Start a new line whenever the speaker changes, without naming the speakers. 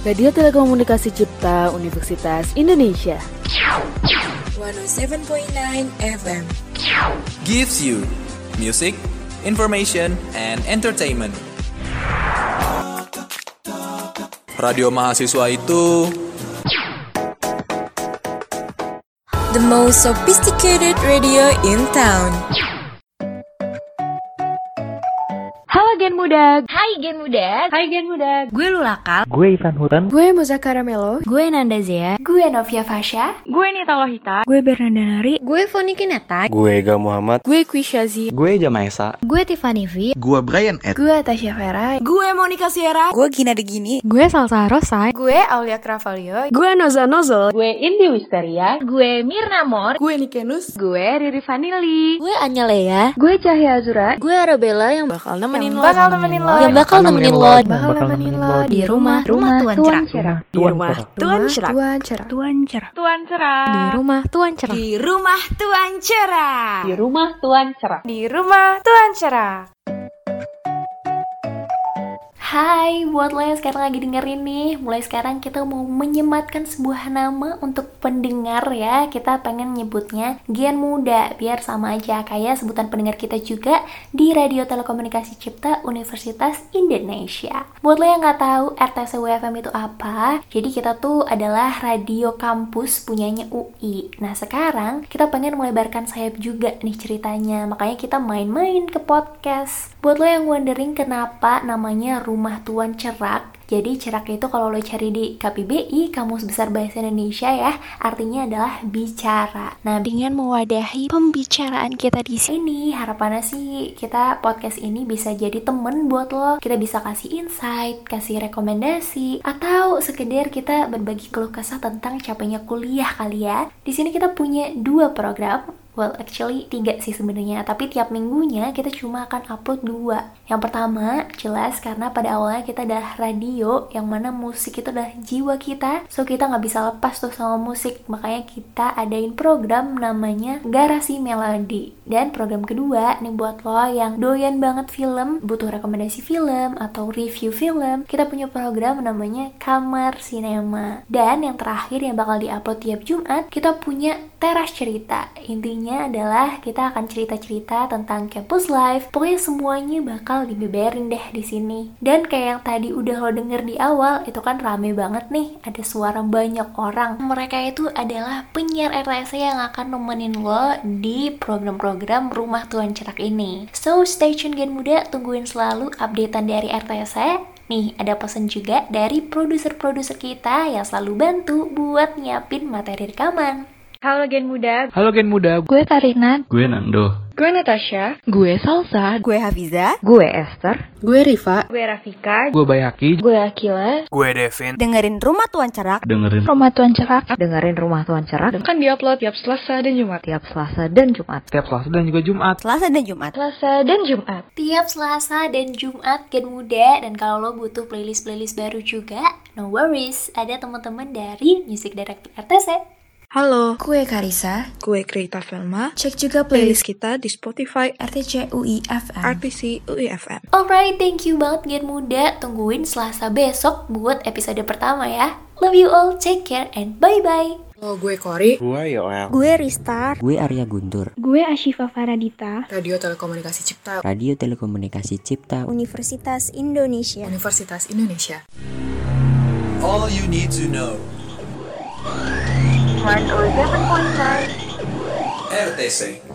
Radio Telekomunikasi Cipta Universitas Indonesia.
107.9 FM
gives you music, information, and entertainment. Radio mahasiswa itu
the most sophisticated radio in town.
Halo Gen Muda.
Hai Gen Muda.
Hai Gen Muda.
Gue Lulakal.
Gue Ivan Hutan.
Gue Moza Karamelo.
Gue Nanda Zea.
Gue Novia Fasha.
Gue Nita Lohita.
Gue Bernanda Nari.
Gue Foni Kineta.
Gue Ega Muhammad.
Gue Kwishazi.
Gue Jamaesa.
Gue Tiffany V.
Gue Brian Ed.
Gue Tasya Vera.
Gue Monica Sierra.
Gue Gina Degini. Gue Salsa Rosa.
Gue Aulia Cravalio.
Gue Noza Nozol.
Gue Indi Wisteria.
Gue Mirna Mor.
Gue Nikenus.
Gue Riri Vanili.
Gue Anya Lea.
Gue Cahya Azura.
Gue Arabella yang
bakal nemenin lo.
Yang bakal nemenin lo
di rumah
Tuan Cerah.
Di rumah Tuan Cerah.
Di rumah Tuan Cerah.
Di rumah Tuan Cerah.
Di rumah Tuan Cerah.
Di rumah Tuan Cerah. Hai, buat lo yang sekarang lagi dengerin nih, mulai sekarang kita mau menyematkan sebuah nama untuk pendengar ya. Kita pengen nyebutnya Gen Muda, biar sama aja kayak sebutan pendengar kita juga di Radio Telekomunikasi Cipta Universitas Indonesia. Buat lo yang nggak tahu RTS WFM itu apa, jadi kita tuh adalah radio kampus punyanya UI. Nah sekarang kita pengen melebarkan sayap juga nih ceritanya, makanya kita main-main ke podcast. Buat lo yang wondering kenapa namanya Rumah Tuan Cerak, jadi cerak itu kalau lo cari di KBBI, Kamus Besar Bahasa Indonesia ya, artinya adalah bicara. Nah, dengan mewadahi pembicaraan kita di sini, harapannya sih kita podcast ini bisa jadi temen buat lo. Kita bisa kasih insight, kasih rekomendasi, atau sekedar kita berbagi keluh kesah tentang capeknya kuliah kali ya. Di sini kita punya 2 program. Well, actually 3 sih sebenarnya, tapi tiap minggunya kita cuma akan upload 2. Yang pertama, jelas karena pada awalnya kita adalah radio, yang mana musik itu adalah jiwa kita, so kita nggak bisa lepas tuh sama musik, makanya kita adain program namanya Garasi Melodi. Dan program kedua, nih buat lo yang doyan banget film, butuh rekomendasi film, atau review film, kita punya program namanya Kamar Sinema. Dan yang terakhir yang bakal diupload tiap Jumat, kita punya Teras Cerita. Intinya adalah kita akan cerita-cerita tentang campus life. Pokoknya semuanya bakal dibeberin deh di sini. Dan kayak yang tadi udah lo denger di awal, itu kan rame banget nih. Ada suara banyak orang. Mereka itu adalah penyiar RTS yang akan nemenin lo di program-program Rumah Tuan Cerak ini. So stay tune Gen Muda, tungguin selalu updatean dari RTS. Nih, ada pesan juga dari produser-produser kita yang selalu bantu buat nyiapin materi rekaman.
Halo Gen Muda.
Halo Gen Muda.
Gue Karina.
Gue Nando.
Gue Natasha.
Gue Salsa.
Gue Hafiza.
Gue Esther.
Gue Riva.
Gue Rafika.
Gue Bayaki.
Gue Akila.
Gue Devin.
Dengerin Rumah Tuan Cerak.
Dengerin
Rumah Tuan Cerak. Dengerin Rumah Tuan Cerak.
Kan diupload tiap Selasa dan Jumat.
Tiap Selasa dan Jumat.
tiap Selasa dan juga Jumat.
Selasa dan Jumat.
Selasa dan Jumat.
Tiap Selasa dan Jumat Gen Muda. Dan kalau lo butuh playlist-playlist baru juga, no worries, ada teman-teman dari Music Director RTC.
Halo, gue Karisa.
Gue Krita Velma.
Cek juga playlist kita di Spotify
RTC UI FM.
RTC UI FM.
Alright, thank you banget Gen Muda. Tungguin Selasa besok buat episode pertama ya. Love you all, take care, and bye-bye.
Oh, gue Kori.
Gue Yoel.
Gue Ristar.
Gue Arya Guntur.
Gue Ashifa Faradita.
Radio Telekomunikasi Cipta
Radio Telekomunikasi Cipta
Universitas Indonesia.
Universitas Indonesia.
all you need to know.
107.9
RTC